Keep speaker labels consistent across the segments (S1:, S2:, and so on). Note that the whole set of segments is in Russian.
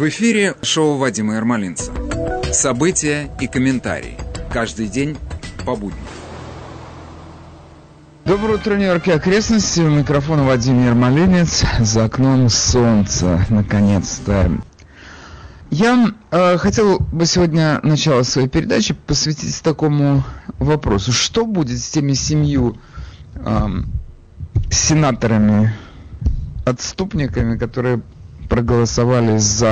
S1: В эфире шоу Вадима Ермолинца. События и комментарии. Каждый день по будням.
S2: Доброе утро, Нью-Йорк и окрестности. У микрофона Вадим Ермолинец. За окном солнце, наконец-то. Я хотел бы сегодня начало своей передачи посвятить такому вопросу. Что будет с теми 7 сенаторами-отступниками, которые проголосовали с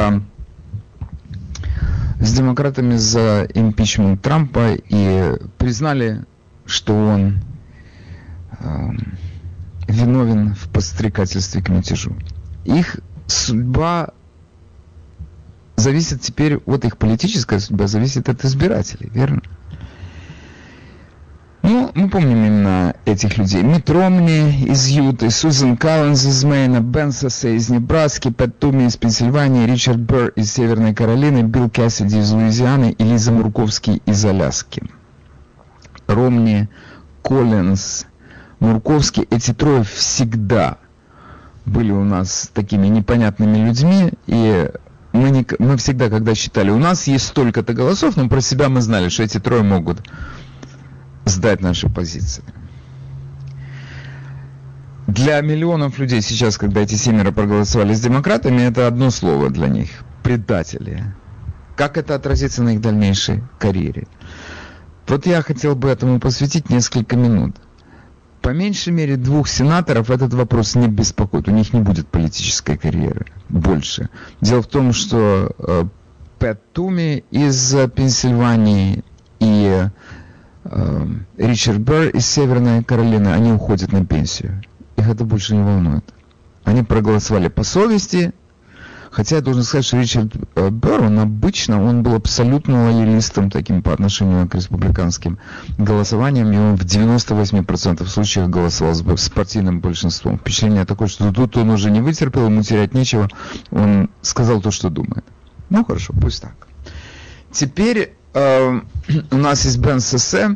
S2: демократами за импичмент Трампа и признали, что он виновен в подстрекательстве к мятежу? Их судьба зависит теперь, вот их политическая судьба зависит от избирателей, верно? Ну, мы помним именно этих людей. Митт Ромни из Юты, Сьюзен Коллинз из Мэйна, Бен Сассе из Небраски, Пэт Туми из Пенсильвании, Ричард Берр из Северной Каролины, Билл Кэссиди из Луизианы и Лиза Мурковский из Аляски. Ромни, Коллинз, Мурковский, эти трое всегда были у нас такими непонятными людьми, и мы всегда, когда считали, у нас есть столько-то голосов, но про себя мы знали, что эти трое могут сдать наши позиции. Для миллионов людей сейчас, когда эти 7 проголосовали с демократами, это одно слово для них – предатели. Как это отразится на их дальнейшей карьере? Вот я хотел бы этому посвятить несколько минут. По меньшей мере 2 сенаторов этот вопрос не беспокоит. У них не будет политической карьеры больше. Дело в том, что Пэт Туми из Пенсильвании и Ричард Берр из Северной Каролины, они уходят на пенсию. Их это больше не волнует. Они проголосовали по совести. Хотя я должен сказать, что Ричард Берр, он был абсолютно лоялистом таким по отношению к республиканским голосованиям, и он в 98% случаев голосовал с партийным большинством. Впечатление такое, что тут он уже не вытерпел, ему терять нечего, он сказал то, что думает. Ну хорошо, пусть так. Теперь у нас есть Бен Сассе,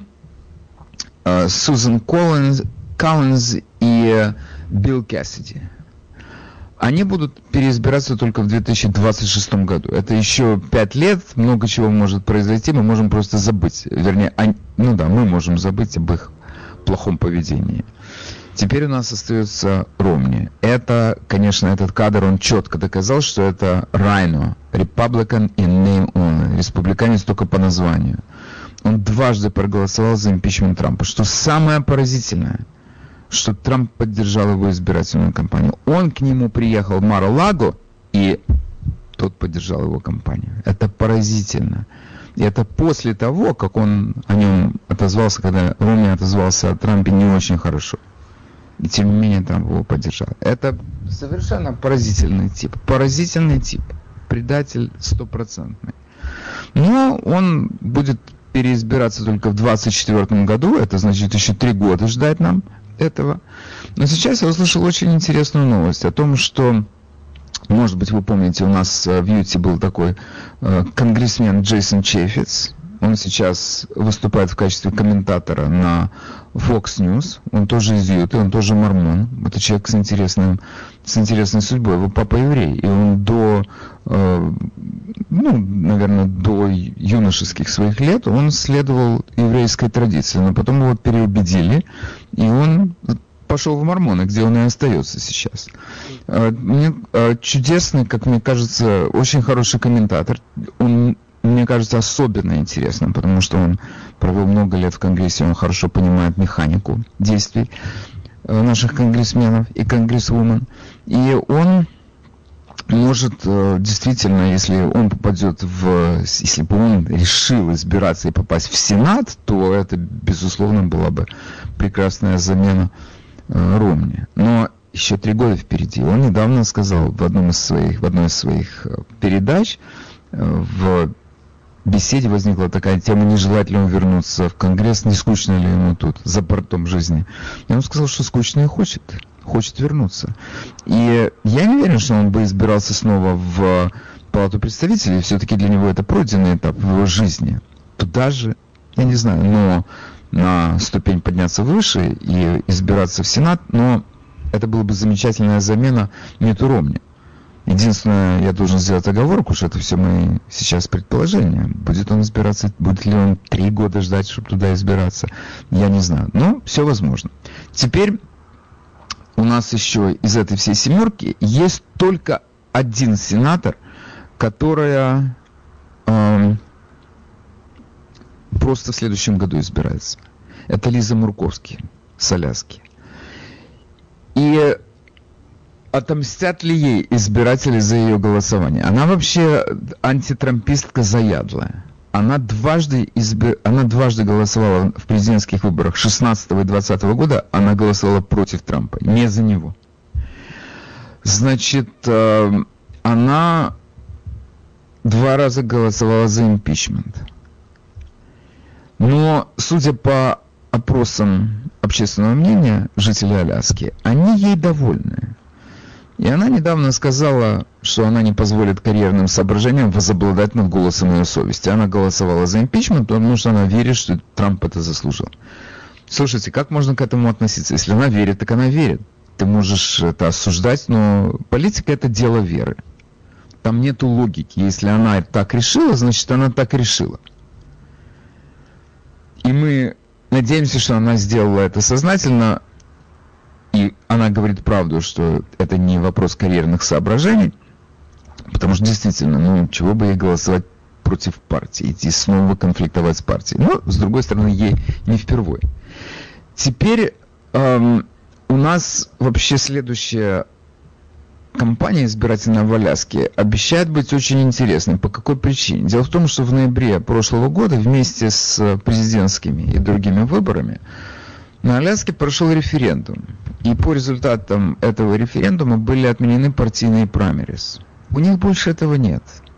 S2: Сьюзен Коллинз и Билл Кэссиди. Они будут переизбираться только в 2026 году. Это еще 5 лет, много чего может произойти, мы можем просто забыть. Вернее, мы можем забыть об их плохом поведении. Теперь у нас остается Ромни. Это, конечно, этот кадр, он четко доказал, что это Rhino, Republican in name only, республиканец только по названию. Он дважды проголосовал за импичмент Трампа, что самое поразительное, что Трамп поддержал его избирательную кампанию. Он к нему приехал в Мар-а-Лаго, и тот поддержал его кампанию. Это поразительно. И это после того, как он о нем отозвался, когда Ромни отозвался о Трампе не очень хорошо. И тем не менее Трамп его поддержал. Это совершенно поразительный тип. Поразительный тип. Предатель 100%. Но он будет переизбираться только в 2024 году. Это значит еще 3 года ждать нам этого. Но сейчас я услышал очень интересную новость о том, что, может быть, вы помните, у нас в Юте был такой конгрессмен Джейсон Чейфиц. Он сейчас выступает в качестве комментатора на Fox News. Он тоже из Юты, он тоже мормон. Это человек с интересной судьбой. Его папа еврей. И он до юношеских своих лет он следовал еврейской традиции. Но потом его переубедили, и он пошел в мормоны, где он и остается сейчас. Чудесный, как мне кажется, очень хороший комментатор. Он, мне кажется, особенно интересным, потому что он провел много лет в Конгрессе, он хорошо понимает механику действий наших конгрессменов и конгрессвумен. И он может действительно, если бы он решил избираться и попасть в Сенат, то это, безусловно, была бы прекрасная замена Ромни. Но еще 3 года впереди. Он недавно сказал в одной из своих передач, в беседе возникла такая тема, нежелательно вернуться в Конгресс, не скучно ли ему тут, за бортом жизни. И он сказал, что скучно и хочет вернуться. И я не уверен, что он бы избирался снова в Палату представителей, все-таки для него это пройденный этап в его жизни. Туда же, я не знаю, но на ступень подняться выше и избираться в Сенат, но это была бы замечательная замена Митту Ромни. Единственное, я должен сделать оговорку, что это все мои сейчас предположения. Будет он избираться, будет ли он 3 года ждать, чтобы туда избираться, я не знаю. Но все возможно. Теперь у нас еще из этой всей семерки есть только один сенатор, которая просто в следующем году избирается. Это Лиза Мурковский с Аляски. И отомстят ли ей избиратели за ее голосование? Она вообще антитрампистка заядлая. Она дважды голосовала в президентских выборах 16 и 20 года. Она голосовала против Трампа, не за него. Значит, она 2 раза голосовала за импичмент. Но, судя по опросам общественного мнения жителей Аляски, они ей довольны. И она недавно сказала, что она не позволит карьерным соображениям возобладать над голосом ее совести. Она голосовала за импичмент, потому что она верит, что Трамп это заслужил. Слушайте, как можно к этому относиться? Если она верит, так она верит. Ты можешь это осуждать, но политика – это дело веры. Там нету логики. Если она так решила, значит, она так решила. И мы надеемся, что она сделала это сознательно, и она говорит правду, что это не вопрос карьерных соображений, потому что действительно, чего бы ей голосовать против партии, идти снова конфликтовать с партией. Но, с другой стороны, ей не впервой. Теперь у нас вообще следующая кампания избирательная в Аляске обещает быть очень интересной. По какой причине? Дело в том, что в ноябре прошлого года вместе с президентскими и другими выборами на Аляске прошел референдум. И по результатам этого референдума были отменены партийные праймериз. У них больше этого нет.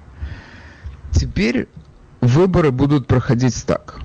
S2: Теперь выборы будут проходить так.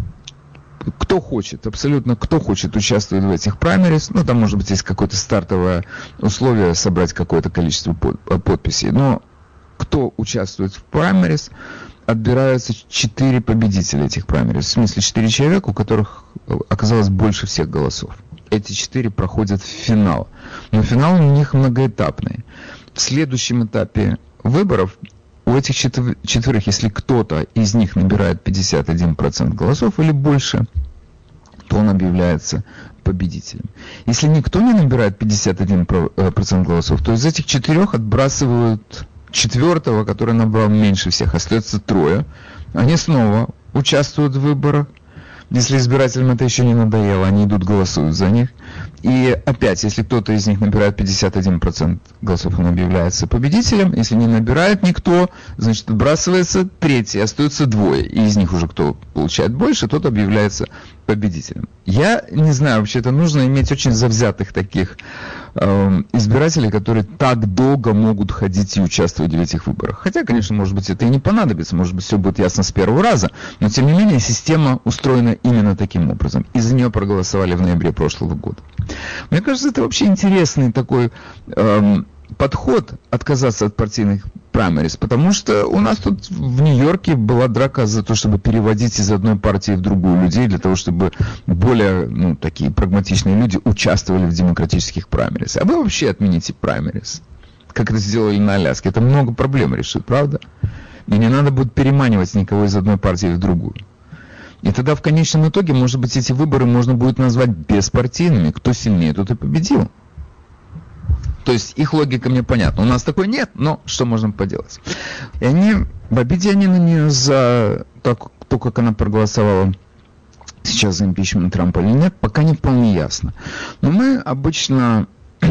S2: Кто хочет, абсолютно кто хочет, участвует в этих праймериз. Там, может быть, есть какое-то стартовое условие собрать какое-то количество подписей. Но кто участвует в праймериз, отбираются 4 победителя этих праймериз. В смысле, 4 человека, у которых оказалось больше всех голосов. Эти 4 проходят в финал. Но финал у них многоэтапный. В следующем этапе выборов у этих 4, если кто-то из них набирает 51% голосов или больше, то он объявляется победителем. Если никто не набирает 51% голосов, то из этих 4 отбрасывают 4-го, который набрал меньше всех. Остается 3. Они снова участвуют в выборах. Если избирателям это еще не надоело, они идут, голосуют за них. И опять, если кто-то из них набирает 51% голосов, он объявляется победителем. Если не набирает никто, значит, отбрасывается 3, остается 2. И из них уже кто получает больше, тот объявляется победителем. Я не знаю, вообще это нужно иметь очень завзятых таких избирателей, которые так долго могут ходить и участвовать в этих выборах. Хотя, конечно, может быть, это и не понадобится, может быть, все будет ясно с первого раза, но, тем не менее, система устроена именно таким образом. И за нее проголосовали в ноябре прошлого года. Мне кажется, это вообще интересный такой подход, отказаться от партийных праймериз, потому что у нас тут в Нью-Йорке была драка за то, чтобы переводить из одной партии в другую людей, для того, чтобы более, такие прагматичные люди участвовали в демократических праймериз. А вы вообще отмените праймериз, как это сделали на Аляске. Это много проблем решит, правда? И не надо будет переманивать никого из одной партии в другую. И тогда в конечном итоге, может быть, эти выборы можно будет назвать беспартийными. Кто сильнее, тот и победил. То есть их логика мне понятна. У нас такой нет, но что можно поделать? И в обиде они на нее за то, как она проголосовала сейчас за импичмент Трампа или нет, пока не вполне ясно. Но мы обычно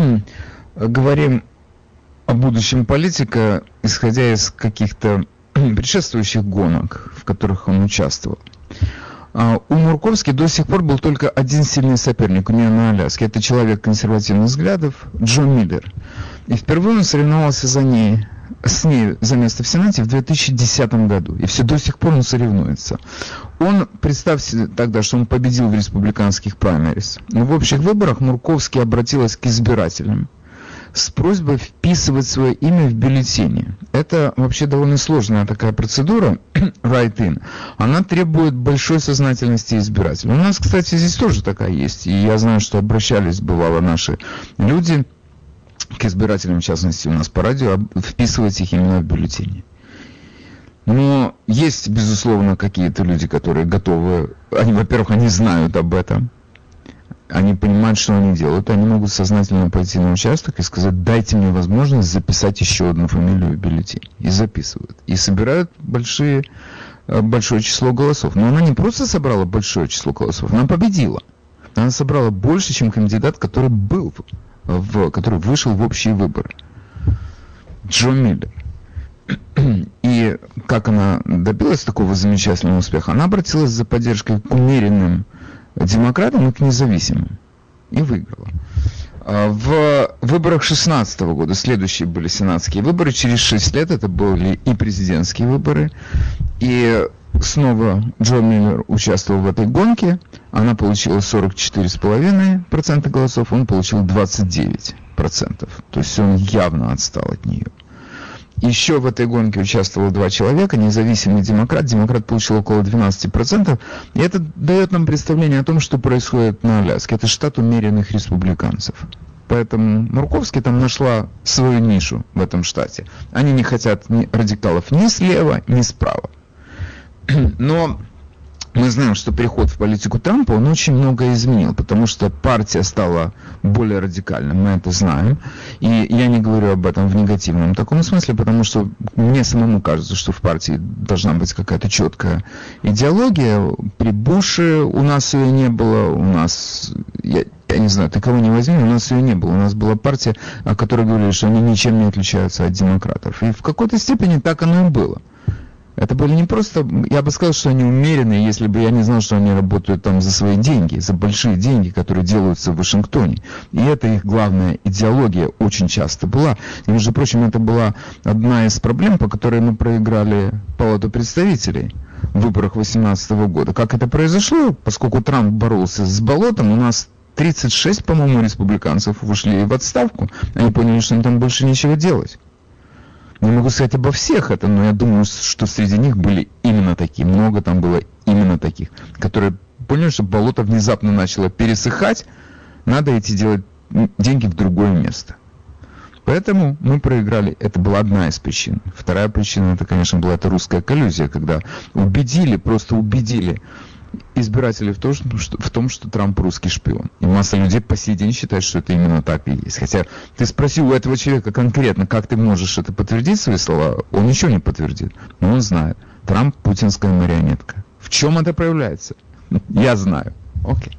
S2: говорим о будущем политика, исходя из каких-то предшествующих гонок, в которых он участвовал. У Мурковски до сих пор был только один сильный соперник у нее на Аляске. Это человек консервативных взглядов Джо Миллер. И впервые он соревновался с ней за место в Сенате в 2010 году. И все до сих пор он соревнуется. Представьте тогда, что он победил в республиканских праймериз. Но в общих выборах Мурковский обратилась к избирателям с просьбой вписывать свое имя в бюллетени. Это вообще довольно сложная такая процедура, write-in. Она требует большой сознательности избирателя. У нас, кстати, здесь тоже такая есть. И я знаю, что обращались, бывало, наши люди к избирателям, в частности у нас по радио, вписывать их именно в бюллетени. Но есть, безусловно, какие-то люди, которые готовы, они, во-первых, они знают об этом, они понимают, что они делают, они могут сознательно пойти на участок и сказать: дайте мне возможность записать еще одну фамилию в бюллетень. И записывают. И собирают большое число голосов. Но она не просто собрала большое число голосов, она победила. Она собрала больше, чем кандидат, который который вышел в общие выборы. Джо Миллер. И как она добилась такого замечательного успеха? Она обратилась за поддержкой к умеренным демократам и к независимым. И выиграла. В выборах 2016 года, следующие были сенатские выборы, через 6 лет это были и президентские выборы. И снова Джо Миллер участвовал в этой гонке. Она получила 44,5% голосов, он получил 29%. То есть он явно отстал от нее. Еще в этой гонке участвовало 2 человека, независимый демократ. Демократ получил около 12%. И это дает нам представление о том, что происходит на Аляске. Это штат умеренных республиканцев. Поэтому Мурковский там нашла свою нишу в этом штате. Они не хотят радикалов ни слева, ни справа. Но мы знаем, что приход в политику Трампа, он очень многое изменил, потому что партия стала более радикальной, мы это знаем. И я не говорю об этом в негативном таком смысле, потому что мне самому кажется, что в партии должна быть какая-то четкая идеология. При Буше у нас ее не было, у нас, я не знаю, ты кого не возьми, у нас ее не было. У нас была партия, о которой говорили, что они ничем не отличаются от демократов. И в какой-то степени так оно и было. Это были не просто, я бы сказал, что они умеренные, если бы я не знал, что они работают там за свои деньги, за большие деньги, которые делаются в Вашингтоне. И это их главная идеология очень часто была. И, между прочим, это была одна из проблем, по которой мы проиграли Палату представителей в выборах 2018 года. Как это произошло? Поскольку Трамп боролся с болотом, у нас 36, по-моему, республиканцев ушли в отставку. Они поняли, что им там больше нечего делать. Не могу сказать обо всех это, но я думаю, что среди них были именно такие. Много там было именно таких, которые поняли, что болото внезапно начало пересыхать, надо идти делать деньги в другое место. Поэтому мы проиграли. Это была одна из причин. Вторая причина, это, конечно, была эта русская коллюзия, когда просто убедили избирателей в том, что Трамп русский шпион. И масса людей по сей день считает, что это именно так и есть. Хотя ты спросил у этого человека конкретно, как ты можешь это подтвердить, свои слова, он ничего не подтвердит. Но он знает. Трамп путинская марионетка. В чем это проявляется? Я знаю. Окей.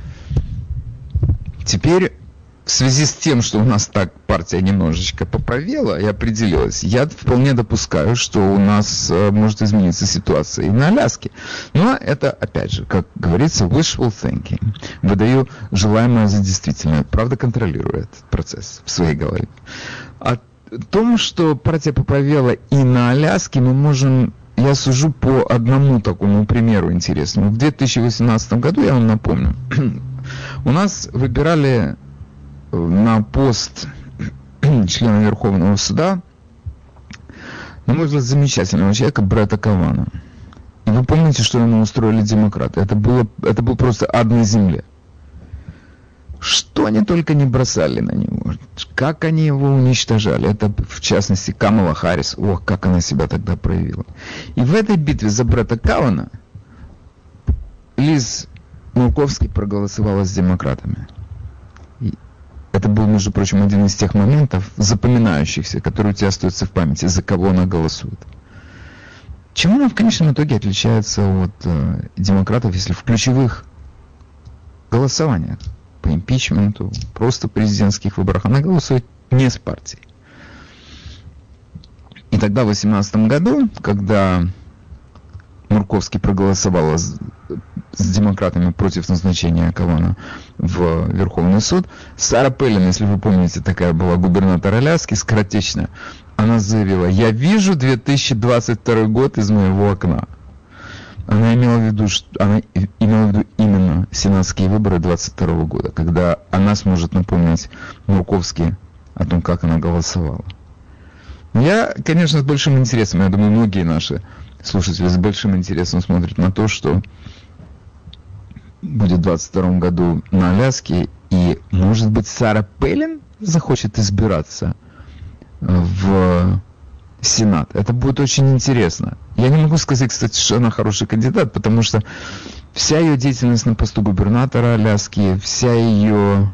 S2: Теперь, в связи с тем, что у нас так партия немножечко поправела и определилась, я вполне допускаю, что у нас может измениться ситуация и на Аляске. Но это, опять же, как говорится, wishful thinking. Выдаю желаемое за действительное. Правда, контролирую этот процесс в своей голове. О том, что партия поправела и на Аляске, мы можем... Я сужу по одному такому примеру интересному. В 2018 году, я вам напомню, у нас выбирали на пост члена Верховного суда, на мой взгляд, замечательного человека Бретта Кавана. И вы помните, что ему устроили демократы? Это был просто ад на земле. Что они только не бросали на него. Как они его уничтожали. Это, в частности, Камала Харрис. Ох, как она себя тогда проявила. И в этой битве за Бретта Кавана Лиз Мурковский проголосовала с демократами. Это был, между прочим, один из тех моментов, запоминающихся, которые у тебя остаются в памяти, за кого она голосует. Чем она в конечном итоге отличается от демократов, если в ключевых голосованиях по импичменту, просто президентских выборах, она голосует не с партией. И тогда в 2018 году, когда Мурковский проголосовала с демократами против назначения Кавана в Верховный суд, Сара Пеллин, если вы помните, такая была губернатор Аляски, скоротечная, она заявила: я вижу 2022 год из моего окна. Она имела в виду именно сенатские выборы 2022 года, когда она сможет напомнить Мурковски о том, как она голосовала. Я, конечно, с большим интересом, я думаю, многие наши слушатели с большим интересом смотрят на то, что будет в 2022 году на Аляске, и, может быть, Сара Пеллин захочет избираться в Сенат. Это будет очень интересно. Я не могу сказать, кстати, что она хороший кандидат, потому что вся ее деятельность на посту губернатора Аляски, вся ее,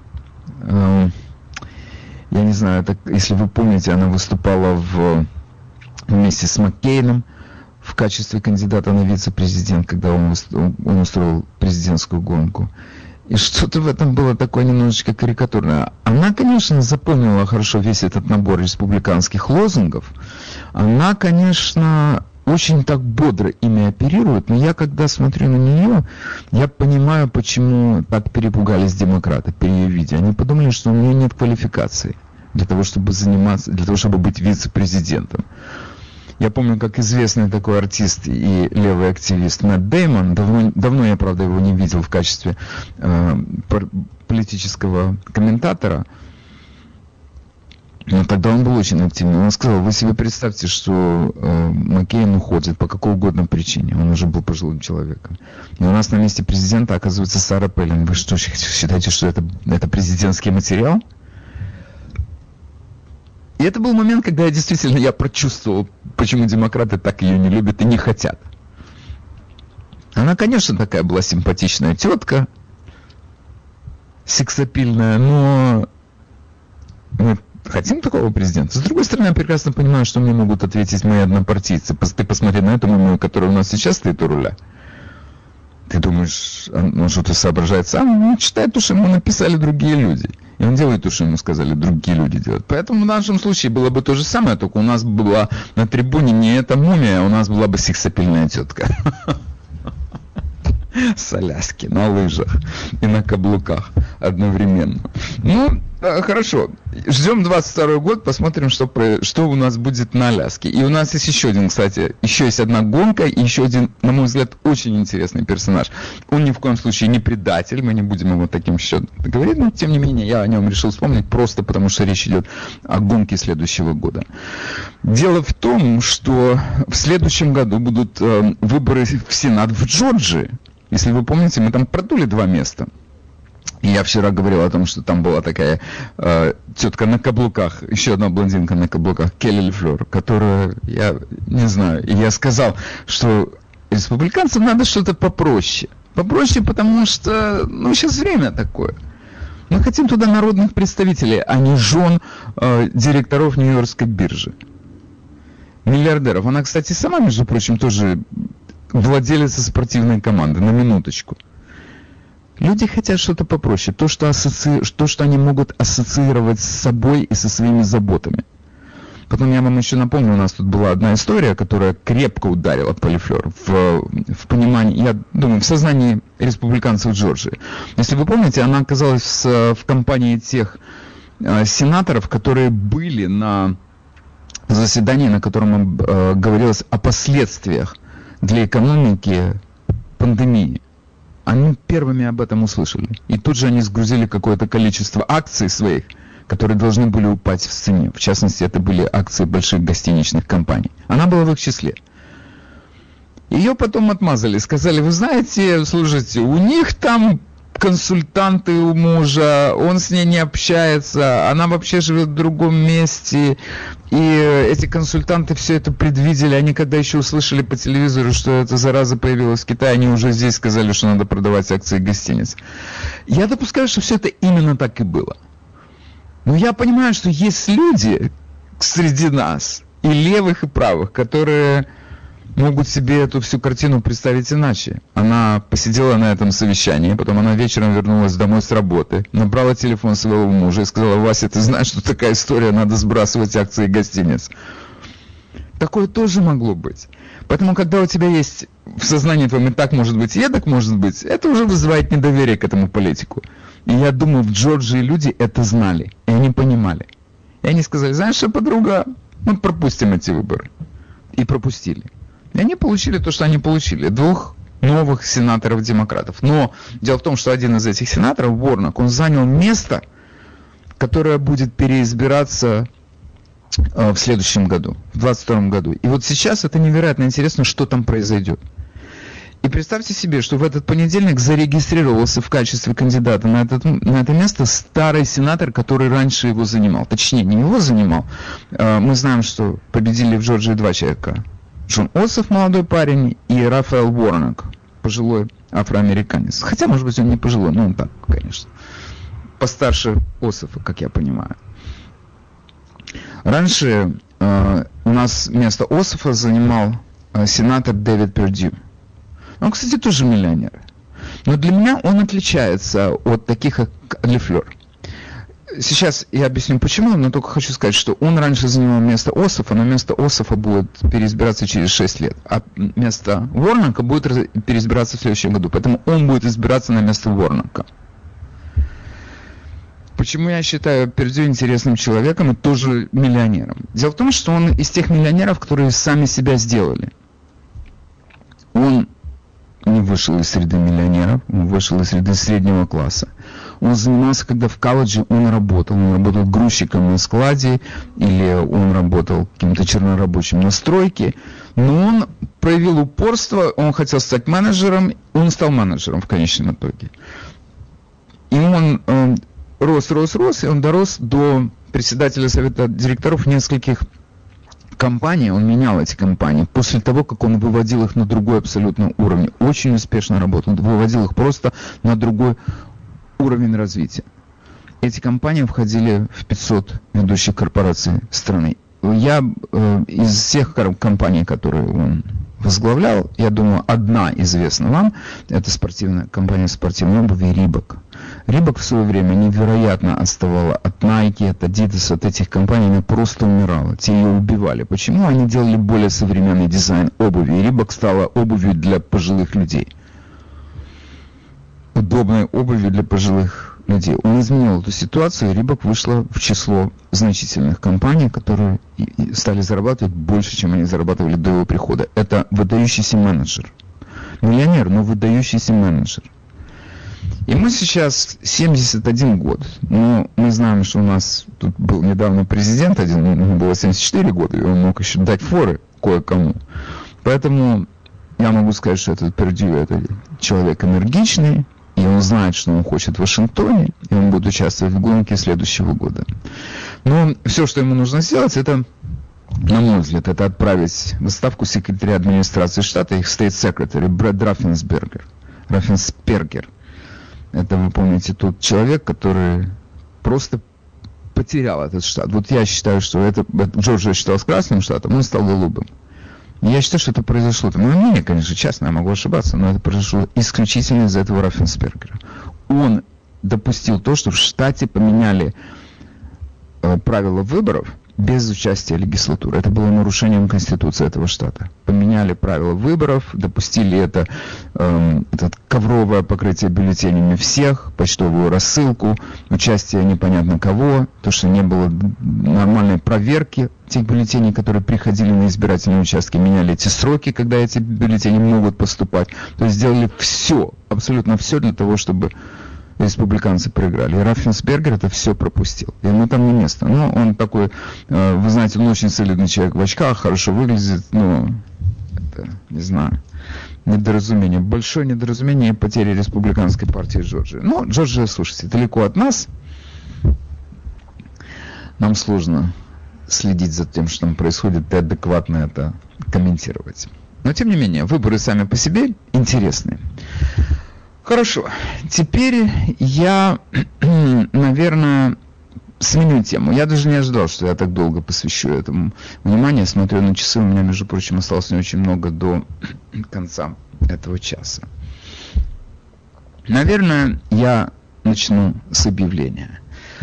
S2: я не знаю, так, если вы помните, она выступала вместе с Маккейном в качестве кандидата на вице-президент, когда он устроил президентскую гонку. И что-то в этом было такое немножечко карикатурное. Она, конечно, запомнила хорошо весь этот набор республиканских лозунгов. Она, конечно, очень так бодро ими оперирует, но я, когда смотрю на нее, я понимаю, почему так перепугались демократы при ее виде. Они подумали, что у нее нет квалификации для того, чтобы заниматься, для того, чтобы быть вице-президентом. Я помню, как известный такой артист и левый активист Мэтт Дэймон, давно я, правда, его не видел в качестве политического комментатора, но тогда он был очень активный. Он сказал: вы себе представьте, что Маккейн уходит по какой угодно причине, он уже был пожилым человеком. И у нас на месте президента оказывается Сара Пэлин. Вы что, считаете, что это президентский материал? И это был момент, когда я прочувствовал, почему демократы так ее не любят и не хотят. Она, конечно, такая была симпатичная тетка, сексапильная, но мы хотим такого президента. С другой стороны, я прекрасно понимаю, что мне могут ответить мои однопартийцы. Ты посмотри на эту маму, которая у нас сейчас стоит у руля. Ты думаешь, он что-то соображает сам? Ну, читай то, что ему написали другие люди. И он делает то, что ему сказали другие люди делать. Поэтому в нашем случае было бы то же самое, только у нас была на трибуне не эта мумия, а у нас была бы сексапильная тетка. С Аляски, на лыжах и на каблуках одновременно. Ну, хорошо. Ждем 22 год, посмотрим, что у нас будет на Аляске. И у нас есть еще один, кстати, еще есть одна гонка, и еще один, на мой взгляд, очень интересный персонаж. Он ни в коем случае не предатель, мы не будем его таким счетом говорить, но тем не менее я о нем решил вспомнить, просто потому что речь идет о гонке следующего года. Дело в том, что в следующем году будут выборы в Сенат в Джорджии. Если вы помните, мы там продули 2 места. И я вчера говорил о том, что там была такая тетка на каблуках, еще одна блондинка на каблуках, Келли Лефлер, которую, я не знаю, и я сказал, что республиканцам надо что-то попроще. Попроще, потому что, сейчас время такое. Мы хотим туда народных представителей, а не жен директоров Нью-Йоркской биржи. Миллиардеров. Она, кстати, сама, между прочим, тоже владелица спортивной команды, на минуточку. Люди хотят что-то попроще, то, что они могут ассоциировать с собой и со своими заботами. Потом я вам еще напомню, у нас тут была одна история, которая крепко ударила по Лефлер в понимании, я думаю, в сознании республиканцев Джорджии. Если вы помните, она оказалась в компании тех сенаторов, которые были на заседании, на котором говорилось о последствиях для экономики пандемии. Они первыми об этом услышали. И тут же они сгрузили какое-то количество акций своих, которые должны были упасть в цене. В частности, это были акции больших гостиничных компаний. Она была в их числе. Ее потом отмазали. Сказали: вы знаете, слушайте, у них там консультанты у мужа, он с ней не общается, она вообще живет в другом месте, и эти консультанты все это предвидели, они когда еще услышали по телевизору, что эта зараза появилась в Китае, они уже здесь сказали, что надо продавать акции гостиниц. Я допускаю, что все это именно так и было. Но я понимаю, что есть люди среди нас, и левых, и правых, которые могут себе эту всю картину представить иначе. Она посидела на этом совещании, потом она вечером вернулась домой с работы, набрала телефон своего мужа и сказала: Вася, ты знаешь, что такая история, надо сбрасывать акции гостиниц. Такое тоже могло быть. Поэтому, когда у тебя есть в сознании твоем и так может быть, и эдак может быть, это уже вызывает недоверие к этому политику. И я думаю, в Джорджии люди это знали, и они понимали. И они сказали: знаешь что, подруга, мы пропустим эти выборы. И пропустили. И они получили то, что они получили. 2 новых сенаторов-демократов. Но дело в том, что один из этих сенаторов, Уорнок, он занял место, которое будет переизбираться в следующем году, в 2022 году. И вот сейчас это невероятно интересно, что там произойдет. И представьте себе, что в этот понедельник зарегистрировался в качестве кандидата на это место старый сенатор, который раньше его занимал. Точнее, не его занимал. Мы знаем, что победили в Джорджии 2 человека. Джон Ософ, молодой парень, и Рафаэл Уорнок, пожилой афроамериканец. Хотя, может быть, он не пожилой, но он так, конечно. Постарше Ософа, как я понимаю. Раньше у нас место Ософа занимал сенатор Дэвид Пердью. Он, кстати, тоже миллионер. Но для меня он отличается от таких, как Лефлер. Сейчас я объясню почему, но только хочу сказать, что он раньше занимал место Ософа, но место Ософа будет переизбираться через 6 лет, а место Уорнока будет переизбираться в следующем году. Поэтому он будет избираться на место Уорнока. Почему я считаю Пердью интересным человеком и тоже миллионером? Дело в том, что он из тех миллионеров, которые сами себя сделали. Он не вышел из среды миллионеров, он вышел из среды среднего класса. Он занимался, когда в колледже он работал грузчиком на складе, или он работал каким-то чернорабочим на стройке, но он проявил упорство, он хотел стать менеджером, он стал менеджером в конечном итоге. И он рос, и он дорос до председателя совета директоров нескольких компаний, он менял эти компании после того, как он выводил их на другой абсолютно уровень. Очень успешно работал, выводил их просто на другой уровень развития. Эти компании входили в 500 ведущих корпораций страны. Я из всех компаний, которые он возглавлял, я думаю, одна известна вам, это компания спортивной обуви Reebok. Reebok в свое время невероятно отставала от Nike, от Adidas, от этих компаний, она просто умирала. Те ее убивали. Почему? Они делали более современный дизайн обуви. И Reebok стала обувью для пожилых людей. Удобной обувью для пожилых людей. Он изменил эту ситуацию, и Reebok вышла в число значительных компаний, которые стали зарабатывать больше, чем они зарабатывали до его прихода. Это выдающийся менеджер. Миллионер, но выдающийся менеджер. Ему сейчас 71 год. Но мы знаем, что у нас тут был недавно президент один, ему было 74 года, и он мог еще дать форы кое-кому. Поэтому я могу сказать, что этот Пердью — это человек энергичный, и он знает, что он хочет в Вашингтоне, и он будет участвовать в гонке следующего года. Но все, что ему нужно сделать, это, на мой взгляд, это отправить в отставку секретаря администрации штата, их State Secretary Брэд Раффенсбергер. Это, вы помните, тот человек, который просто потерял этот штат. Вот я считаю, что Джорджия считалась красным штатом, он стал голубым. Я считаю, что это произошло. Мое мнение, конечно, частно, я могу ошибаться, но это произошло исключительно из-за этого Раффенсбергера. Он допустил то, что в штате поменяли правила выборов без участия легислатуры. Это было нарушением Конституции этого штата. Поменяли правила выборов, допустили это ковровое покрытие бюллетенями всех, почтовую рассылку, участие непонятно кого, то, что не было нормальной проверки тех бюллетеней, которые приходили на избирательные участки, меняли эти сроки, когда эти бюллетени могут поступать. То есть сделали все, абсолютно все для того, чтобы республиканцы проиграли. И Раффенсбергер это все пропустил. Ему там не место. Ну, он такой, вы знаете, он очень солидный человек в очках, хорошо выглядит, но это, не знаю, недоразумение. Большое недоразумение и потери республиканской партии Джорджии. Но Джорджия, слушайте, далеко от нас. Нам сложно следить за тем, что там происходит, и адекватно это комментировать. Но, тем не менее, выборы сами по себе интересные. Хорошо, теперь я, наверное, сменю тему. Я даже не ожидал, что я так долго посвящу этому внимание. Смотрю на часы, у меня, между прочим, осталось не очень много до конца этого часа. Наверное, я начну с объявления.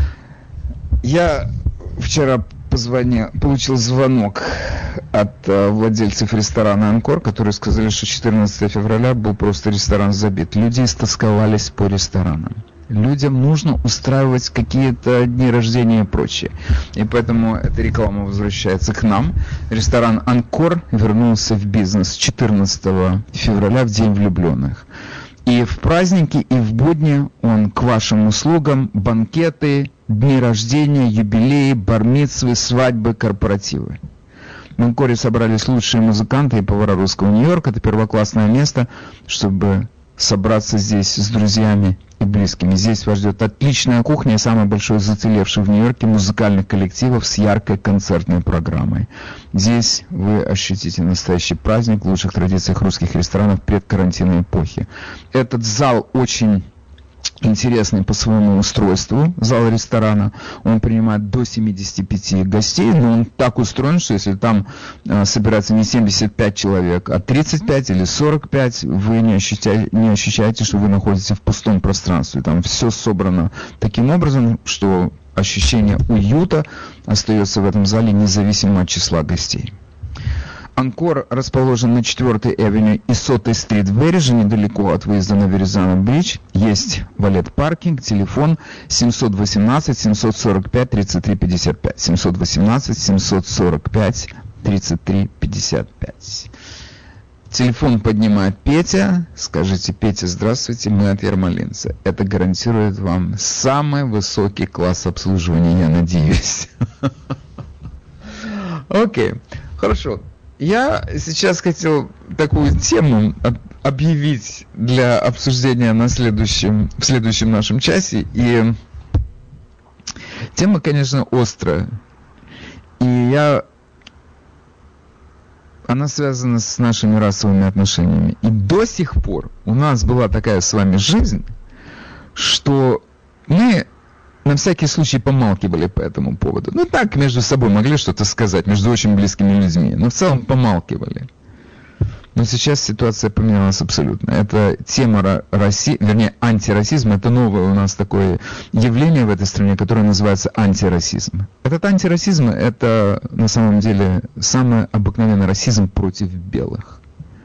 S2: Я вчера получил звонок от владельцев ресторана «Анкор», которые сказали, что 14 февраля был просто ресторан забит. Люди истосковались по ресторанам. Людям нужно устраивать какие-то дни рождения и прочее. И поэтому эта реклама возвращается к нам. Ресторан «Анкор» вернулся в бизнес 14 февраля, в День влюбленных. И в праздники, и в будни он к вашим услугам: банкеты, дни рождения, юбилеи, бар-мицвы, свадьбы, корпоративы. В Анкоре собрались лучшие музыканты и повара русского Нью-Йорка. Это первоклассное место, чтобы собраться здесь с друзьями и близкими. Здесь вас ждет отличная кухня и самый большой из уцелевших в Нью-Йорке музыкальных коллективов с яркой концертной программой. Здесь вы ощутите настоящий праздник в лучших традициях русских ресторанов предкарантинной эпохи. Этот зал очень интересный по своему устройству, зал ресторана. Он принимает до 75 гостей, но он так устроен, что если там собирается не 75 человек, а 35 или 45, вы не ощущаете, что вы находитесь в пустом пространстве. Там все собрано таким образом, что ощущение уюта остается в этом зале независимо от числа гостей. Анкор расположен на 4-й Авеню и 100-й Стрит в Берриже, недалеко от выезда на Веризано-Бридж. Есть валет-паркинг, телефон 718-745-3355. 718-745-3355. Телефон поднимает Петя. Скажите: Петя, здравствуйте, мы от Ермолинца. Это гарантирует вам самый высокий класс обслуживания, я надеюсь. Окей, хорошо. Я сейчас хотел такую тему объявить для обсуждения в следующем нашем часе. И тема, конечно, острая. И она связана с нашими расовыми отношениями. И до сих пор у нас была такая с вами жизнь, что мы на всякий случай помалкивали по этому поводу. Ну так, между собой могли что-то сказать, между очень близкими людьми, но в целом помалкивали. Но сейчас ситуация поменялась абсолютно. Это тема антирасизма, это новое у нас такое явление в этой стране, которое называется антирасизм. Этот антирасизм, это на самом деле самый обыкновенный расизм против белых.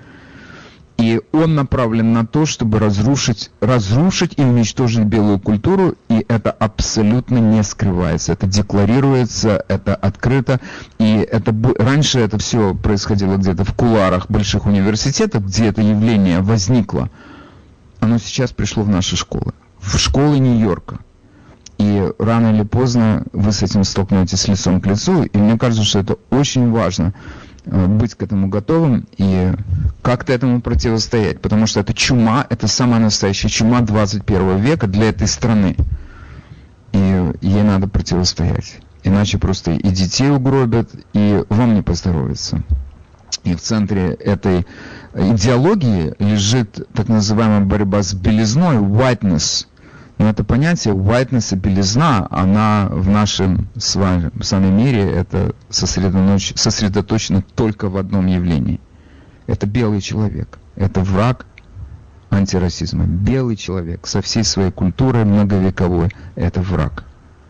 S2: И он направлен на то, чтобы разрушить и уничтожить белую культуру, и это абсолютно не скрывается. Это декларируется, это открыто. И раньше это все происходило где-то в кулуарах больших университетов, где это явление возникло. Оно сейчас пришло в наши школы. В школы Нью-Йорка. И рано или поздно вы с этим столкнетесь лицом к лицу. И мне кажется, что это очень важно. Быть к этому готовым и как-то этому противостоять. Потому что это чума, это самая настоящая чума 21 века для этой страны. И ей надо противостоять. Иначе просто и детей угробят, и вам не поздоровится. И в центре этой идеологии лежит так называемая борьба с белизной, whiteness. Но это понятие whiteness и белизна, она в нашем с вами мире это сосредоточено только в одном явлении. Это белый человек. Это враг антирасизма. Белый человек со всей своей культурой многовековой. Это враг.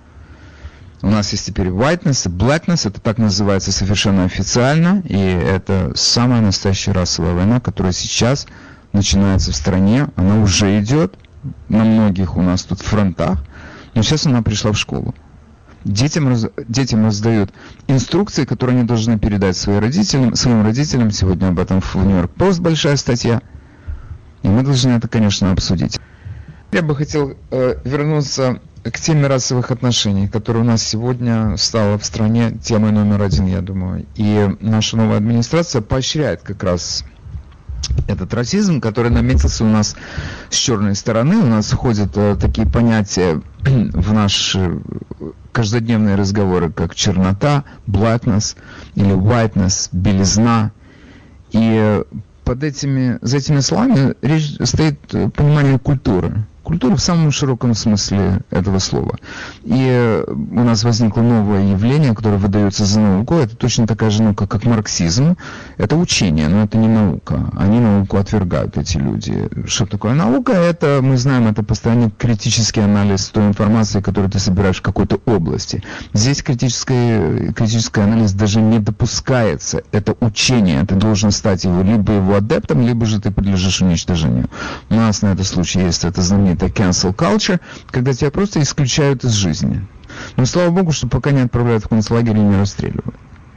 S2: У нас есть теперь whiteness и blackness. Это так называется совершенно официально. И это самая настоящая расовая война, которая сейчас начинается в стране. Она уже идет на многих у нас тут фронтах, но сейчас она пришла в школу. Детям раздают инструкции, которые они должны передать своим родителям. Сегодня об этом в Нью-Йорк Пост большая статья. И мы должны это, конечно, обсудить. Я бы хотел вернуться к теме расовых отношений, которая у нас сегодня стала в стране темой номер 1, я думаю. И наша новая администрация поощряет как раз этот расизм, который наметился у нас с черной стороны. У нас входят такие понятия в наши каждодневные разговоры, как чернота, blackness или whiteness, белизна. И за этими словами речь стоит понимание культуры. Культура в самом широком смысле этого слова. И у нас возникло новое явление, которое выдается за науку. Это точно такая же наука, как марксизм. Это учение, но это не наука. Они науку отвергают, эти люди. Что такое наука? Это, мы знаем, это постоянный критический анализ той информации, которую ты собираешь в какой-то области. Здесь критический анализ даже не допускается. Это учение. Ты должен стать либо его адептом, либо же ты подлежишь уничтожению. У нас на этот случай есть это знаменитое cancel culture, когда тебя просто исключают из жизни. Но слава богу, что пока не отправляют в концлагерь и не расстреливают.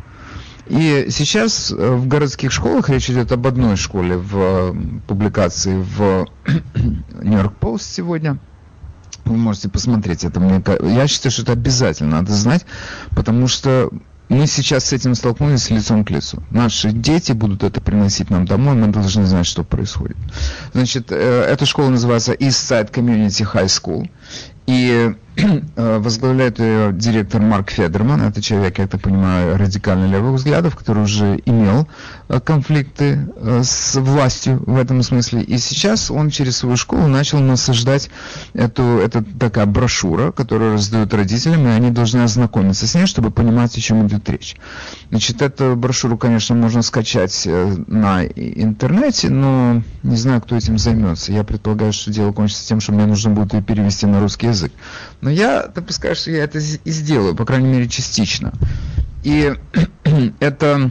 S2: И сейчас в городских школах, речь идет об одной школе в публикации в Нью-Йорк Пост сегодня. Вы можете посмотреть это. Я считаю, что это обязательно надо знать, потому что мы сейчас с этим столкнулись лицом к лицу. Наши дети будут это приносить нам домой, мы должны знать, что происходит. Значит, эта школа называется East Side Community High School. И возглавляет ее директор Марк Федерман. Это человек, я так понимаю, радикально левых взглядов, который уже имел конфликты с властью в этом смысле. И сейчас он через свою школу начал насаждать это такая брошюра, которую раздают родителям, и они должны ознакомиться с ней, чтобы понимать, о чем идет речь. Значит, эту брошюру, конечно, можно скачать на интернете, но не знаю, кто этим займется. Я предполагаю, что дело кончится тем, что мне нужно будет ее перевести на русский язык. Но я допускаю, что я это и сделаю, по крайней мере, частично. И это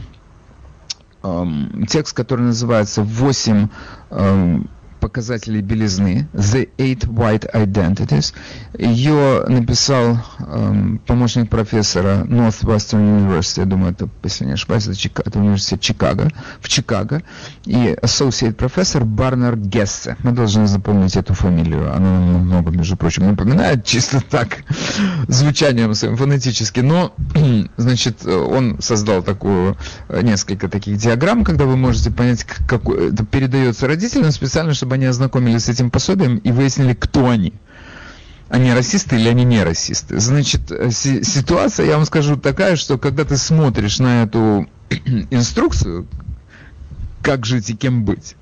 S2: текст, который называется «8 показателей белизны», «The 8 White Identities». Ее написал помощник профессора Northwestern University, я думаю, это, если не ошибаюсь, это университет в Чикаго, и associate профессор Барнер Гессе. Мы должны запомнить эту фамилию, она нам много, между прочим, напоминает, чисто так, звучанием своим, фонетически, но, значит, он создал несколько таких диаграмм, когда вы можете понять, как это передается родителям специально, чтобы они ознакомились с этим пособием и выяснили, кто они. Они расисты или они не расисты. Значит, ситуация, я вам скажу, такая, что когда ты смотришь на эту инструкцию, как жить и кем быть,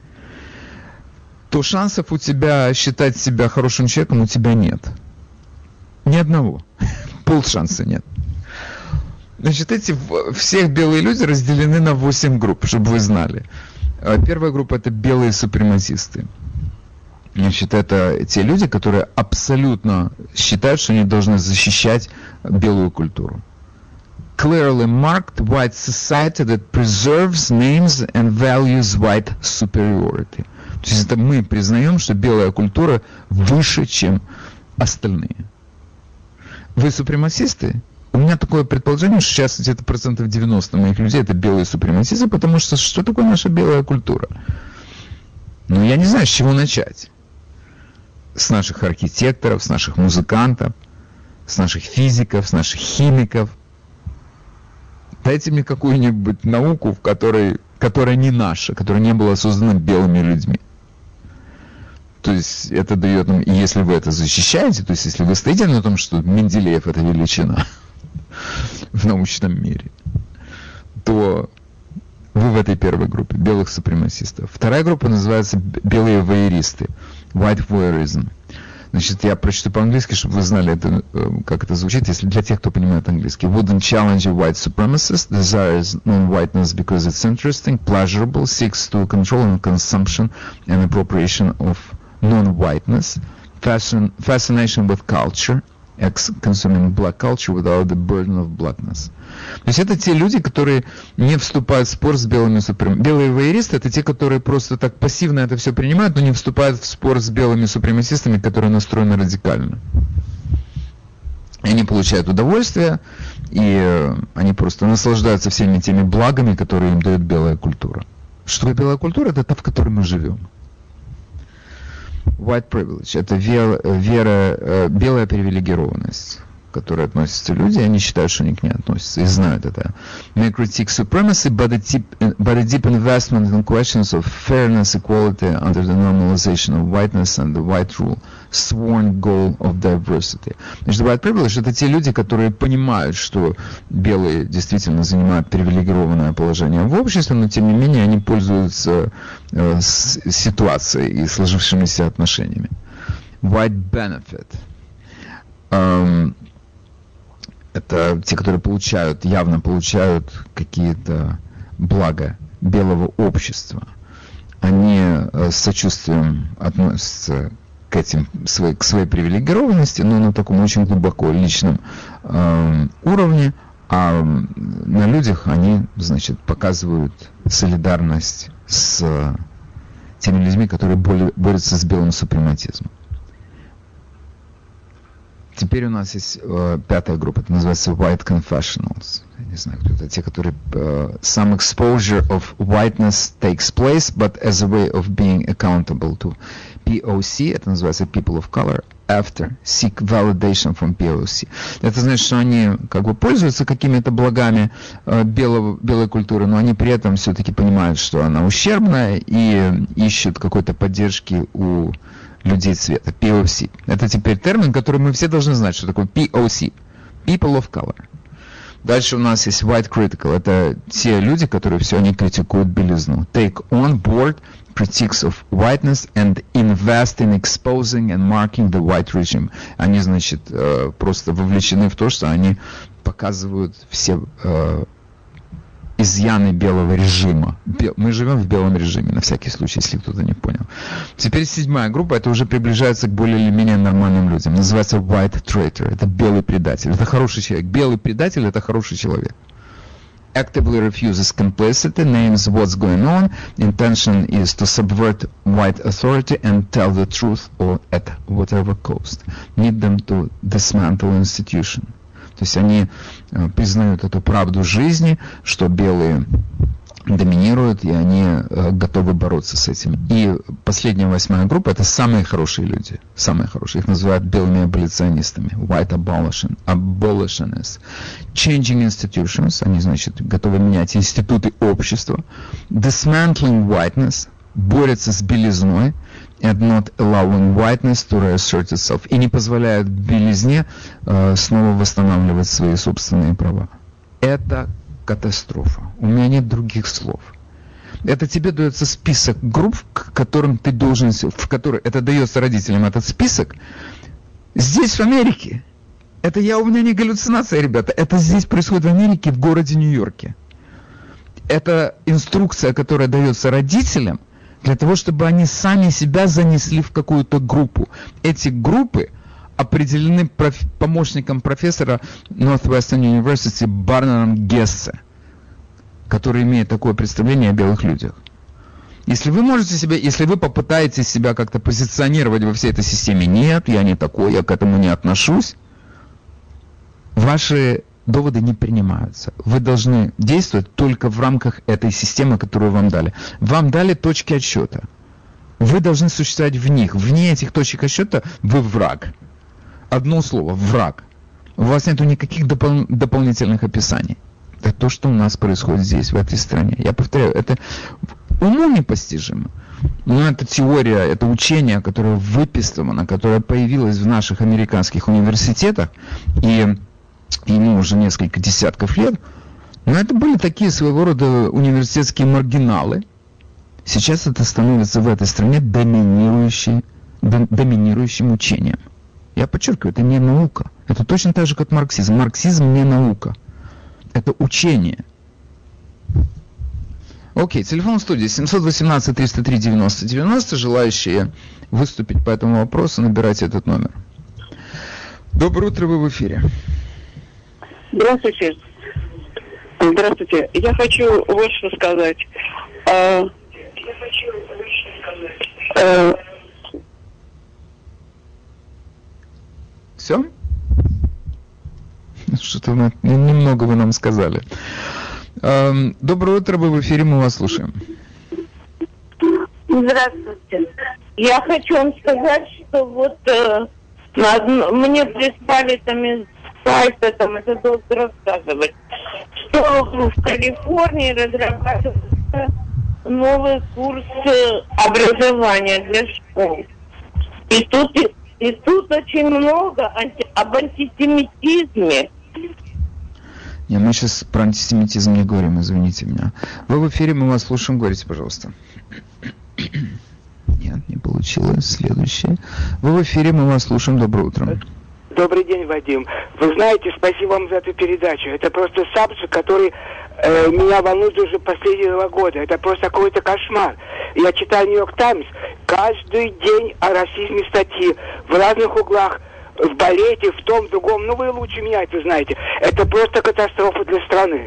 S2: то шансов у тебя считать себя хорошим человеком у тебя нет. Ни одного. Полшанса нет. Значит, все белые люди разделены на 8 групп, чтобы вы знали. Первая группа – это белые супрематисты. Значит, это те люди, которые абсолютно считают, что они должны защищать белую культуру. Clearly marked white society that preserves names and values white superiority. То есть это мы признаем, что белая культура выше, чем остальные. Вы супремасисты? У меня такое предположение, что сейчас где-то 90% моих людей это белые супремасисты, потому что такое наша белая культура? Ну, я не знаю, с чего начать. С наших архитекторов, с наших музыкантов, с наших физиков, с наших химиков. Дайте мне какую-нибудь науку, которая не наша, которая не была создана белыми людьми. То есть это дает нам, и если вы это защищаете, то есть если вы стоите на том, что Менделеев это величина в научном мире, то вы в этой первой группе, белых супремасистов. Вторая группа называется белые воеристы, white voyeurism. Значит, я прочту по-английски, чтобы вы знали, как это звучит, если для тех, кто понимает английский. Wouldn't challenge a white supremacist, desires non-whiteness because it's interesting, pleasurable, seeks to control and consumption and appropriation of non-whiteness, fascination with culture, consuming black culture without the burden of blackness. То есть это те люди, которые не вступают в спор с белыми супремасистами. Белые воеристы — это те, которые просто так пассивно это все принимают, но не вступают в спор с белыми супремасистами, которые настроены радикально. И они получают удовольствие, и они просто наслаждаются всеми теми благами, которые им дает белая культура. Что такое белая культура? Это та, в которой мы живем. White privilege – это белая привилегированность, к которой относятся люди, и они считают, что они к ней относятся, и знают это. May critique supremacy, but a deep investment in questions of fairness, equality under the normalization of whiteness and the white rule, sworn goal of diversity. Значит, white privilege – это те люди, которые понимают, что белые действительно занимают привилегированное положение в обществе, но тем не менее они пользуются ситуацией и сложившимися отношениями. White benefit. Это те, которые явно получают какие-то блага белого общества. Они с сочувствием относятся к своей привилегированности, но на таком очень глубоко личном уровне, а на людях они, значит, показывают солидарность с теми людьми, которые борются с белым супрематизмом. Теперь у нас есть пятая группа, это называется White Confessionals. Я не знаю, кто это. Те, которые some exposure of whiteness takes place, but as a way of being accountable to POC, это называется People of Color, after, seek validation from POC. Это значит, что они как бы пользуются какими-то благами белой культуры, но они при этом все-таки понимают, что она ущербная и ищут какой-то поддержки у людей цвета. POC. Это теперь термин, который мы все должны знать, что такое POC. People of color. Дальше у нас есть white critical. Это те люди, которые все они критикуют белизну. Take on board critiques of whiteness and invest in exposing and marking the white regime. Они, значит, просто вовлечены в то, что они показывают все изъяны белого режима. Мы живем в белом режиме, на всякий случай, если кто-то не понял. Теперь 7-я группа, это уже приближается к более или менее нормальным людям. Называется white traitor. Это белый предатель. Это хороший человек. Белый предатель — это хороший человек. Actively refuses complicity, names what's going on. Intention is to subvert white authority and tell the truth or at whatever cost. Need them to dismantle institution. То есть они признают эту правду жизни, что белые доминируют, и они готовы бороться с этим. И последняя 8-я группа — это самые хорошие люди. Самые хорошие. Их называют белыми аболиционистами. White abolitionists. Changing institutions. Они, значит, готовы менять институты общества. Dismantling whiteness. Борются с белизной. And not allowing whiteness to reassert itself. И не позволяют белизне снова восстанавливать свои собственные права. Это катастрофа. У меня нет других слов. Это тебе дается список групп, к которым ты должен, в которые это дается родителям, этот список. Здесь, в Америке. Это у меня не галлюцинация, ребята. Это здесь происходит в Америке, в городе Нью-Йорке. Это инструкция, которая дается родителям, для того, чтобы они сами себя занесли в какую-то группу. Эти группы определены помощником профессора Northwestern University Барнардом Гессе, который имеет такое представление о белых людях. Если вы попытаетесь себя как-то позиционировать во всей этой системе, нет, я не такой, я к этому не отношусь, ваши доводы не принимаются. Вы должны действовать только в рамках этой системы, которую вам дали. Вам дали точки отсчета. Вы должны существовать в них. Вне этих точек отсчета вы враг. Одно слово – враг. У вас нет никаких дополнительных описаний. Это то, что у нас происходит здесь, в этой стране. Я повторяю, это уму непостижимо. Но это теория, это учение, которое выписано, которое появилось в наших американских университетах, и ему уже несколько десятков лет. Но это были такие своего рода университетские маргиналы. Сейчас это становится в этой стране доминирующим учением. Я подчеркиваю, это не наука. Это точно так же, как марксизм. Марксизм не наука. Это учение. Окей, телефон в студии 718-303-90-90. Желающие выступить по этому вопросу, набирайте этот номер. Доброе утро, вы в эфире.
S3: Здравствуйте. Здравствуйте. Я хочу вот что сказать.
S2: Все? Что-то немного вы нам сказали. Доброе утро, вы в эфире, мы вас слушаем.
S4: Здравствуйте. Я хочу вам сказать, что вот мне прислали там из сайта, там это доктор рассказывать, что в Калифорнии разрабатывается новый курс образования для школ. И тут очень много об антисемитизме.
S2: Не, мы сейчас про антисемитизм не говорим, извините меня. Вы в эфире, мы вас слушаем, говорите, пожалуйста. Нет, не получилось. Следующее. Вы в эфире, мы вас слушаем, доброе утро.
S5: Добрый день, Вадим. Вы знаете, спасибо вам за эту передачу. Это просто сабжект, который меня волнует уже последние 2 года. Это просто какой-то кошмар. Я читаю «Нью-Йорк Таймс», каждый день о расизме статьи в разных углах, в балете, в том, в другом. Ну, вы лучше меня это знаете. Это просто катастрофа для страны.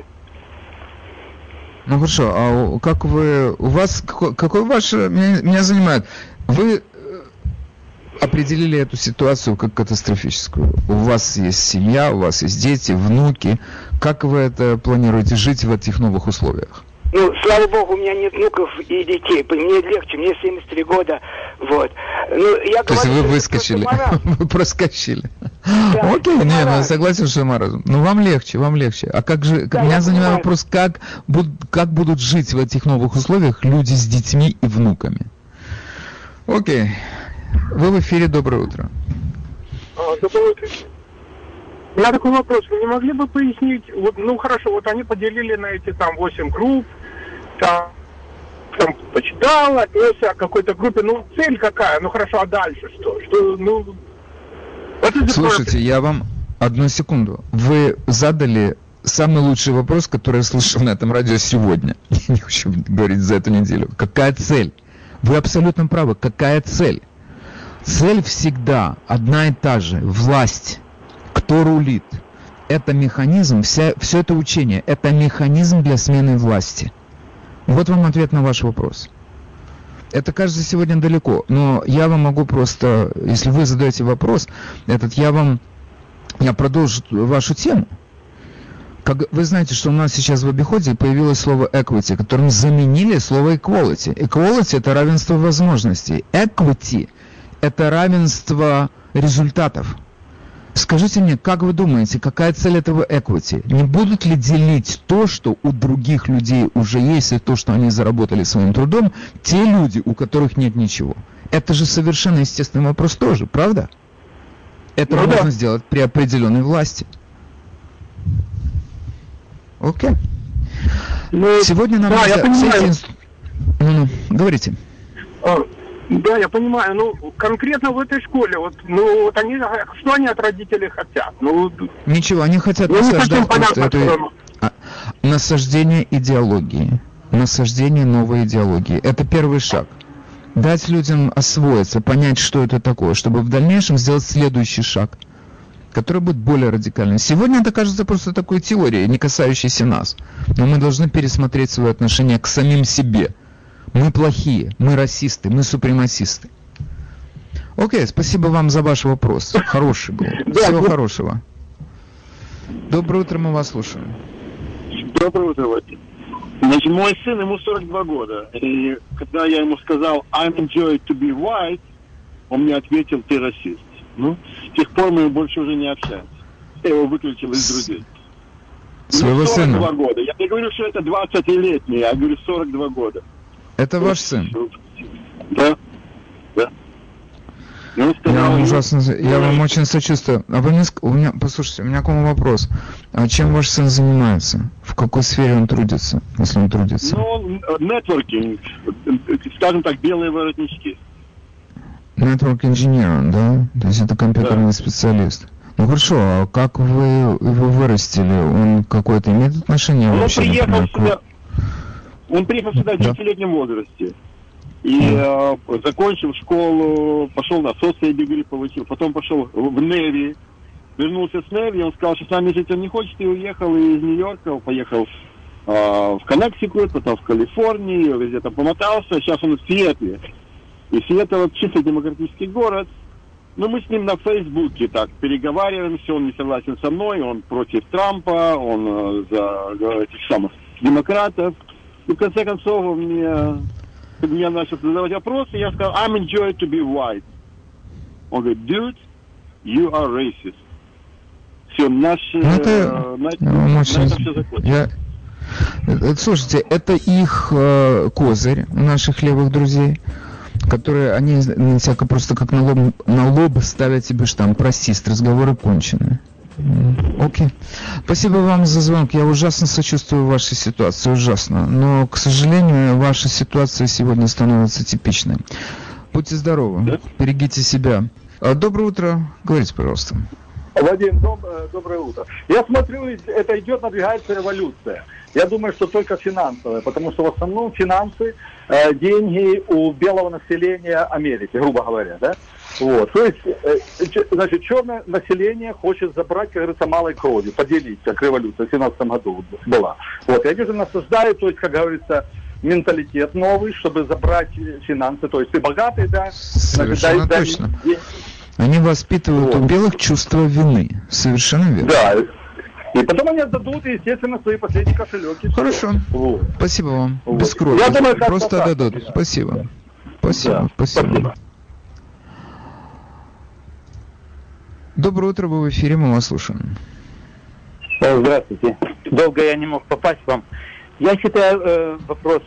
S2: Ну хорошо, а как вы, у вас, какой ваш, меня занимает, вы определили эту ситуацию как катастрофическую. У вас есть семья, у вас есть дети, внуки. Как вы это планируете жить в этих новых условиях?
S5: Ну, слава богу, у меня нет внуков и детей. Мне легче, мне 73 года. Вот. Ну, я
S2: То есть
S5: говорю,
S2: вы
S5: что это
S2: выскочили,
S5: просто маразм.
S2: вы проскочили.
S5: Да,
S2: Окей,
S5: это
S2: не, ну
S5: маразм.
S2: согласен, что маразм. Ну вам легче. А как же,
S5: Да,
S2: меня
S5: я
S2: занимает
S5: понимаю.
S2: вопрос, как будут жить в этих новых условиях люди с детьми и внуками? Окей. Вы в эфире, доброе утро.
S6: Доброе утро. У меня такой вопрос. Вы не могли бы пояснить, вот, ну хорошо, вот они поделили на эти там 8 групп, там почитал, отнесся к какой-то группе, ну цель какая? Ну хорошо, а дальше что? Ну...
S2: Слушайте, я вам... Одну секунду. Вы задали самый лучший вопрос, который я слышал на этом радио сегодня. Не хочу говорить за эту неделю. Какая цель? Вы абсолютно правы. Какая цель? Цель всегда одна и та же. Власть. Кто рулит? Это механизм, все это учение, это механизм для смены власти. Вот вам ответ на ваш вопрос. Это кажется сегодня далеко, но я вам могу просто, если вы задаете вопрос, я продолжу вашу тему. Как вы знаете, что у нас сейчас в обиходе появилось слово equity, которым заменили слово equality. Equality – это равенство возможностей. Equity – это равенство результатов. Скажите мне, как вы думаете, какая цель этого equity? Не будут ли делить то, что у других людей уже есть, и то, что они заработали своим трудом, те люди, у которых нет ничего? Это же совершенно естественный вопрос тоже, правда? Это можно сделать при определенной власти. Окей. Сегодня нам...
S6: Да, я понимаю.
S2: Говорите.
S6: Да, я понимаю. Ну, конкретно в этой школе, вот они, что они от родителей хотят?
S2: Ничего, они хотят насаждать просто насаждение идеологии. Насаждение новой идеологии. Это первый шаг. Дать людям освоиться, понять, что это такое, чтобы в дальнейшем сделать следующий шаг, который будет более радикальным. Сегодня это кажется просто такой теорией, не касающейся нас. Но мы должны пересмотреть свое отношение к самим себе. Мы плохие, мы расисты, мы супремасисты. Окей, спасибо вам за ваш вопрос. Хороший был. Всего хорошего. Доброе утро, мы вас слушаем.
S7: Доброе утро, Вадим. Значит, мой сын, ему 42 года. И когда я ему сказал I'm enjoying to be white, он мне ответил, ты расист. Ну, с тех пор мы больше уже не общаемся. Я его выключил из друзей.
S2: Своего
S7: 42
S2: сына?
S7: года. Я не говорю, что это 20-летний, я говорю 42 года.
S2: Это ваш сын?
S7: Да. Да.
S2: Я вам очень сочувствую. А вы послушайте, у меня к вам вопрос. А чем ваш сын занимается? В какой сфере он трудится, если он трудится?
S7: Ну, нетворкинг, скажем так, белые воротнички.
S2: Network engineer, да? То есть это компьютерный специалист. Ну хорошо, а как вы его вырастили? Он какое-то имеет отношение вообще?
S7: Он приехал сюда в 9-летнем возрасте. И закончил школу, пошел на социо-дегри, получил. Потом пошел в Неви. Вернулся с Неви, он сказал, что с нами жить он не хочет, и уехал из Нью-Йорка, поехал в Коннектикут, потом в Калифорнию, везде там помотался. Сейчас он в Сиэтле. И Сиэтл чисто демократический город. Но мы с ним на Фейсбуке так переговариваемся, он не согласен со мной, он против Трампа, он за этих самых демократов. И в конце концов он мне начал задавать вопросы, я сказал, I'm enjoying to be white. Он говорит, dude, you are racist. Все, на этом все закончилось.
S2: Слушайте, это их козырь, наших левых друзей, которые, они всяко просто как на лоб ставят тебе штамп, расист, разговоры кончены. Окей. Спасибо вам за звонок. Я ужасно сочувствую вашей ситуации, ужасно. Но, к сожалению, ваша ситуация сегодня становится типичной. Будьте здоровы, берегите себя. Доброе утро. Говорите, пожалуйста.
S8: Вадим, доброе утро. Я смотрю, это идет, надвигается революция. Я думаю, что только финансовая, потому что в основном финансы, деньги у белого населения Америки, грубо говоря, да? Вот. То есть, значит, черное население хочет забрать, как говорится, малой крови, поделить, как революция в 17 году была. Вот. И они же насаждают, то есть, как говорится, менталитет новый, чтобы забрать финансы. То есть, ты богатый, да?
S2: Совершенно точно. Они воспитывают у белых чувство вины. Совершенно верно.
S8: Да. И потом они отдадут, естественно, свои последние кошелек.
S2: Хорошо. Спасибо вам.
S8: Вот.
S2: Без крови.
S8: Я думаю,
S2: просто отдадут. Спасибо. Спасибо.
S8: Да.
S2: Спасибо. Доброе утро, вы в эфире, мы вас слушаем.
S9: Здравствуйте. Долго я не мог попасть к вам. Я считаю, вопрос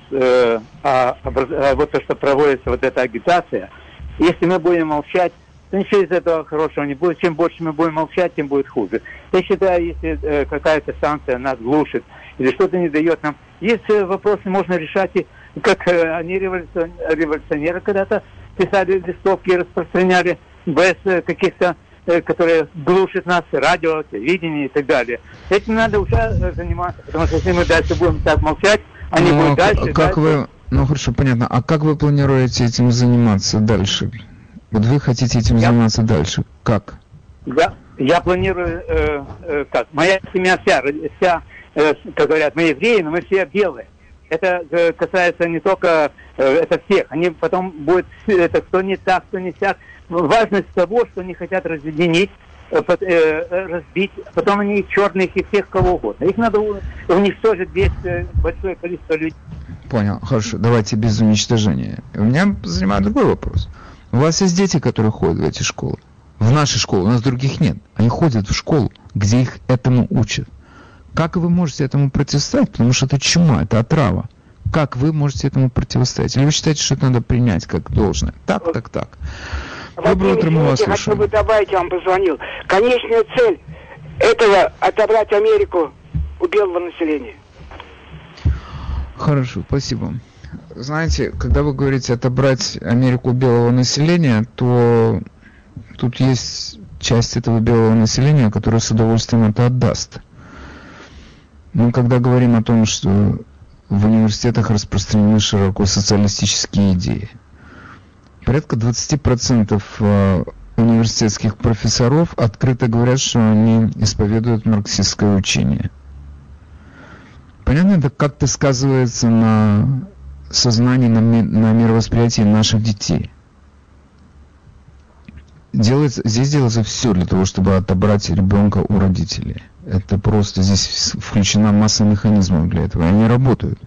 S9: вот то, что проводится вот эта агитация, если мы будем молчать, то ничего из этого хорошего не будет. Чем больше мы будем молчать, тем будет хуже. Я считаю, если какая-то санкция нас глушит или что-то не дает нам, есть вопросы, можно решать, и как они революционеры когда-то писали листовки и распространяли без каких-то, которые глушат нас, радио, телевидение и так далее. Этим надо уже заниматься, потому что если мы дальше будем так молчать, они будут дальше.
S2: Ну хорошо, понятно. А как вы планируете этим заниматься дальше? Вот вы хотите этим заниматься дальше. Как?
S9: Я планирую, как? Моя семья вся, как говорят, мы евреи, но мы все белые. Это касается не только, это всех. Они потом будут, это кто не так, кто не сяк. Важность того, что они хотят разъединить, разбить. Потом они черных и всех кого угодно. Их надо уничтожить весь большое количество людей.
S2: Понял, хорошо, давайте без уничтожения. Меня занимает другой вопрос. У вас есть дети, которые ходят в эти школы? В наши школы, у нас других нет. Они ходят в школу, где их этому учат. Как вы можете этому противостоять? Потому что это чума, это отрава. Как вы можете этому противостоять? Или вы считаете, что это надо принять как должное? Так. Доброе утро, мы вас слушаем.
S5: Хотел бы добавить, я вам позвонил. Конечная цель этого — отобрать Америку у белого населения.
S2: Хорошо, спасибо. Знаете, когда вы говорите отобрать Америку белого населения, то тут есть часть этого белого населения, которая с удовольствием это отдаст. Мы когда говорим о том, что в университетах распространены широко социалистические идеи, порядка 20% университетских профессоров открыто говорят, что они исповедуют марксистское учение. Понятно, это как-то сказывается на сознании, на мировосприятии наших детей. Здесь делается все для того, чтобы отобрать ребенка у родителей. Это просто здесь включена масса механизмов для этого, и они работают.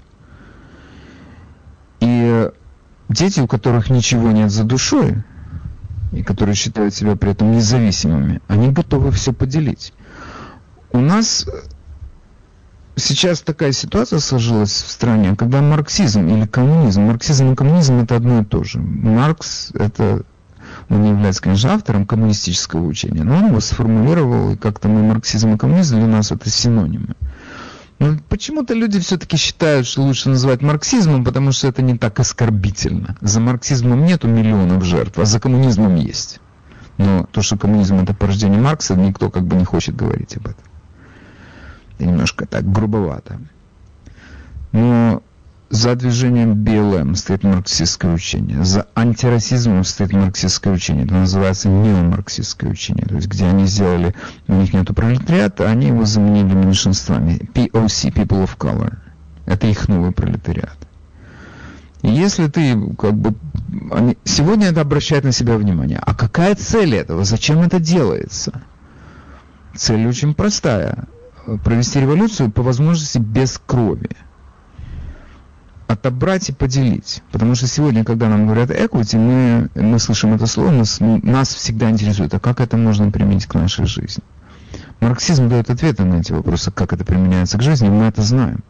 S2: И дети, у которых ничего нет за душой, и которые считают себя при этом независимыми, они готовы все поделить. У нас сейчас такая ситуация сложилась в стране, когда марксизм или коммунизм, марксизм и коммунизм это одно и то же. Маркс это, он не является, конечно, автором коммунистического учения, но он его сформулировал, и как-то марксизм и коммунизм для нас это синонимы. Но почему-то люди все-таки считают, что лучше называть марксизмом, потому что это не так оскорбительно. За марксизмом нету миллионов жертв, а за коммунизмом есть. Но то, что коммунизм это порождение Маркса, никто как бы не хочет говорить об этом. Немножко так грубовато. Но за движением БЛМ стоит марксистское учение, за антирасизмом стоит марксистское учение. Это называется неомарксистское учение. То есть, где они сделали, у них нету пролетариата, они его заменили меньшинствами. POC, People of Color. Это их новый пролетариат. И если ты, как бы, сегодня это обращает на себя внимание. А какая цель этого? Зачем это делается? Цель очень простая. Провести революцию по возможности без крови. Отобрать и поделить. Потому что сегодня, когда нам говорят equity, мы слышим это слово, нас всегда интересует, а как это можно применить к нашей жизни. Марксизм дает ответы на эти вопросы, как это применяется к жизни, мы это знаем.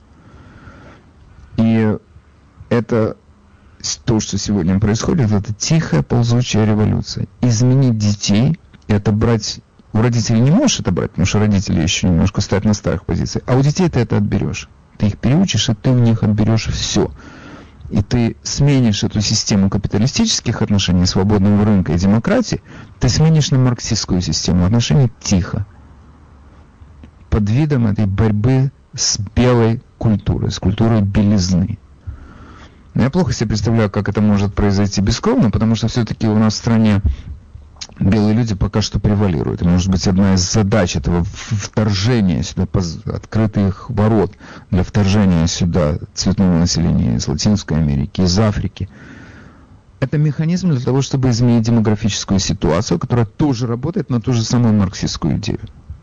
S2: И это то, что сегодня происходит, это тихая ползучая революция. Изменить детей и отобрать. У родителей не можешь отобрать, потому что родители еще немножко стоят на старых позициях. А у детей ты это отберешь. Ты их переучишь, и ты у них отберешь все. И ты сменишь эту систему капиталистических отношений, свободного рынка и демократии, ты сменишь на марксистскую систему отношений тихо. Под видом этой борьбы с белой культурой, с культурой белизны. Но я плохо себе представляю, как это может произойти бескровно, потому что все-таки у нас в стране белые люди пока что превалируют. И, может быть, одна из задач этого вторжения сюда, открытых ворот для вторжения сюда цветного населения из Латинской Америки, из Африки, это механизм для того, чтобы изменить демографическую ситуацию, которая тоже работает на ту же самую марксистскую идею.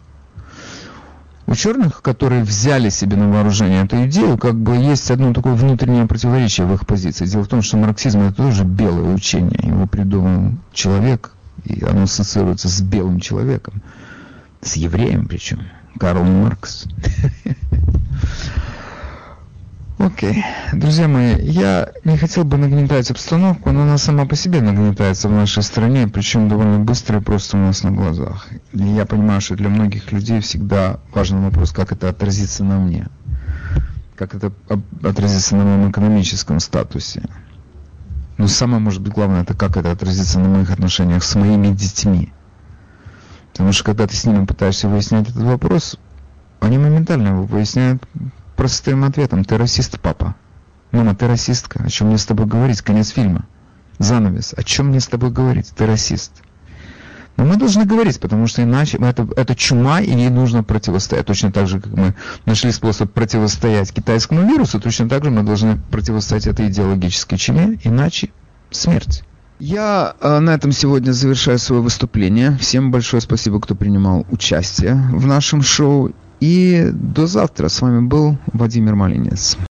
S2: У черных, которые взяли себе на вооружение эту идею, как бы есть одно такое внутреннее противоречие в их позиции. Дело в том, что марксизм это тоже белое учение. Его придумал человек, И оно ассоциируется с белым человеком. С евреем причем. Карл Маркс. Окей. Друзья мои, я не хотел бы нагнетать обстановку, но она сама по себе нагнетается в нашей стране, причем довольно быстро и просто у нас на глазах. И я понимаю, что для многих людей всегда важный вопрос, как это отразится на мне. Как это отразится на моем экономическом статусе. Но самое, может быть, главное, это как это отразится на моих отношениях с моими детьми. Потому что когда ты с ними пытаешься выяснять этот вопрос, они моментально его выясняют простым ответом. Ты расист, папа. Мама, ты расистка. О чем мне с тобой говорить? Конец фильма. Занавес. О чем мне с тобой говорить? Ты расист. Но мы должны говорить, потому что иначе это чума, и ей нужно противостоять. Точно так же, как мы нашли способ противостоять китайскому вирусу, точно так же мы должны противостоять этой идеологической чуме, иначе смерть. Я на этом сегодня завершаю свое выступление. Всем большое спасибо, кто принимал участие в нашем шоу. И до завтра. С вами был Владимир Малинец.